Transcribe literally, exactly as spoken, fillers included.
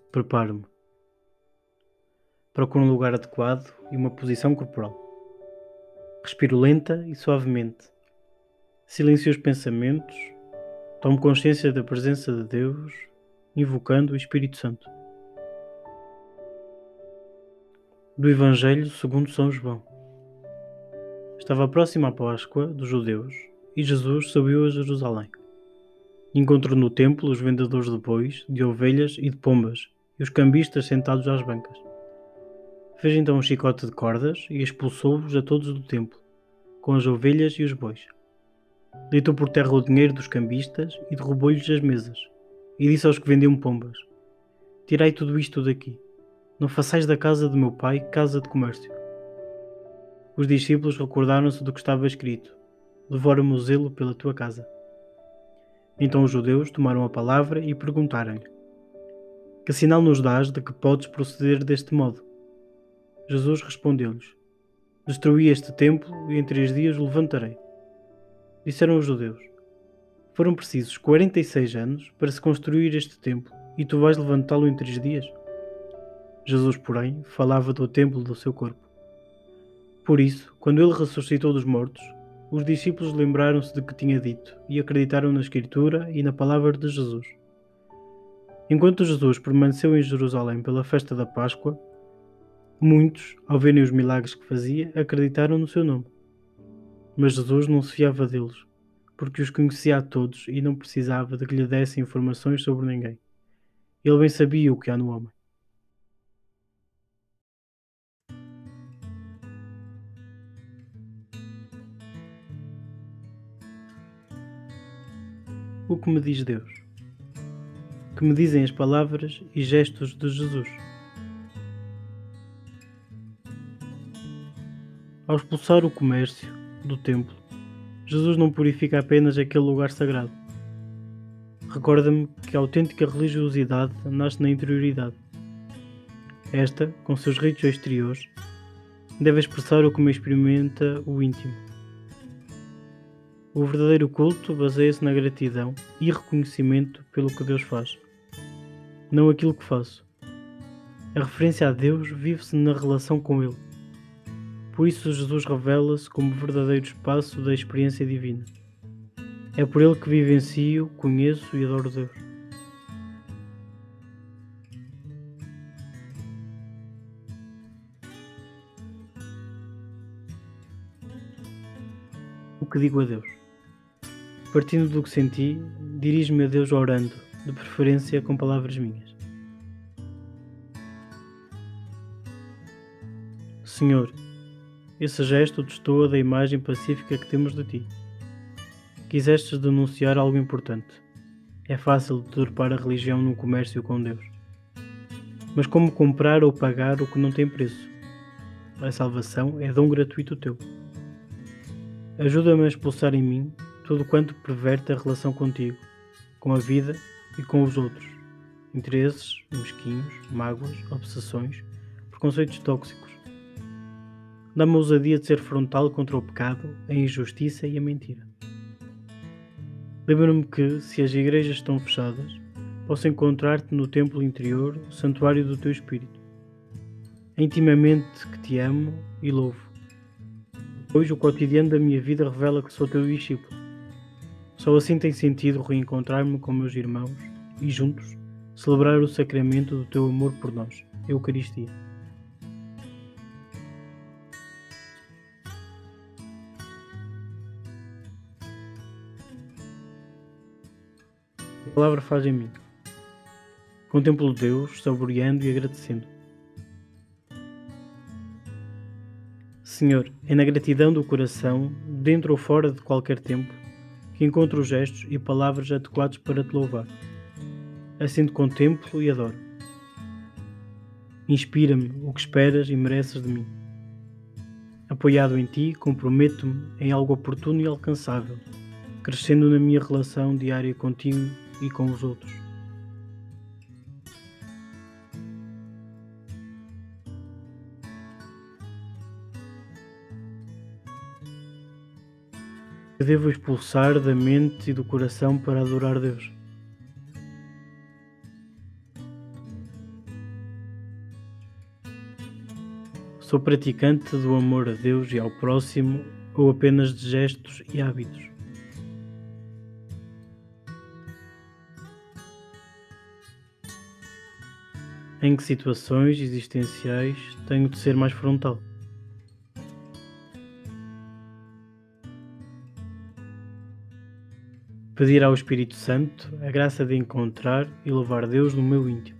Preparo-me. Procuro um lugar adequado e uma posição corporal. Respiro lenta e suavemente. Silencio os pensamentos. Tomo consciência da presença de Deus, invocando o Espírito Santo. Do Evangelho segundo São João. Estava próxima a Páscoa dos judeus e Jesus subiu a Jerusalém. Encontrou no templo os vendedores de bois, de ovelhas e de pombas e os cambistas sentados às bancas. Fez então um chicote de cordas e expulsou-os a todos do templo, com as ovelhas e os bois. Deitou por terra o dinheiro dos cambistas e derrubou-lhes as mesas, e disse aos que vendiam pombas: Tirai tudo isto daqui. Não façais da casa de meu pai casa de comércio. Os discípulos recordaram-se do que estava escrito: Devora-me o zelo pela tua casa. Então os judeus tomaram a palavra e perguntaram-lhe: Que sinal nos dás de que podes proceder deste modo? Jesus respondeu-lhes: Destruí este templo e em três dias o levantarei. Disseram os judeus: Foram precisos quarenta e seis anos para se construir este templo e tu vais levantá-lo em três dias? Jesus, porém, falava do templo do seu corpo. Por isso, quando ele ressuscitou dos mortos, os discípulos lembraram-se de que tinha dito e acreditaram na Escritura e na palavra de Jesus. Enquanto Jesus permaneceu em Jerusalém pela festa da Páscoa, muitos, ao verem os milagres que fazia, acreditaram no seu nome. Mas Jesus não se fiava deles, porque os conhecia a todos e não precisava de que lhe dessem informações sobre ninguém. Ele bem sabia o que há no homem. O que me diz Deus? Que me dizem as palavras e gestos de Jesus? Ao expulsar o comércio do templo, Jesus não purifica apenas aquele lugar sagrado. Recorda-me que a autêntica religiosidade nasce na interioridade. Esta, com seus ritos exteriores, deve expressar o que me experimenta o íntimo. O verdadeiro culto baseia-se na gratidão e reconhecimento pelo que Deus faz, não aquilo que faço. A referência a Deus vive-se na relação com Ele. Por isso Jesus revela-se como verdadeiro espaço da experiência divina. É por Ele que vivencio, conheço e adoro Deus. O que digo a Deus? Partindo do que senti, dirijo-me a Deus orando, de preferência com palavras minhas. Senhor, esse gesto destoa da imagem pacífica que temos de Ti. Quisestes denunciar algo importante. É fácil deturpar a religião num comércio com Deus. Mas como comprar ou pagar o que não tem preço? A salvação é dom gratuito Teu. Ajuda-me a expulsar em mim tudo quanto perverte a relação contigo, com a vida e com os outros. Interesses, mesquinhos, mágoas, obsessões, preconceitos tóxicos. Dá-me a ousadia de ser frontal contra o pecado, a injustiça e a mentira. Lembra-me que, se as igrejas estão fechadas, posso encontrar-te no templo interior, o santuário do teu Espírito. É intimamente que te amo e louvo. Hoje o cotidiano da minha vida revela que sou teu discípulo. Só assim tem sentido reencontrar-me com meus irmãos e, juntos, celebrar o sacramento do teu amor por nós, a Eucaristia. A palavra faz em mim. Contemplo Deus, saboreando e agradecendo. Senhor, é na gratidão do coração, dentro ou fora de qualquer tempo, que encontro os gestos e palavras adequados para te louvar. Assim te contemplo e adoro. Inspira-me o que esperas e mereces de mim. Apoiado em ti, comprometo-me em algo oportuno e alcançável, crescendo na minha relação diária contigo e com os outros. Eu devo expulsar da mente e do coração para adorar Deus. Sou praticante do amor a Deus e ao próximo ou apenas de gestos e hábitos? Em que situações existenciais tenho de ser mais frontal? Pedir ao Espírito Santo a graça de encontrar e louvar Deus no meu íntimo.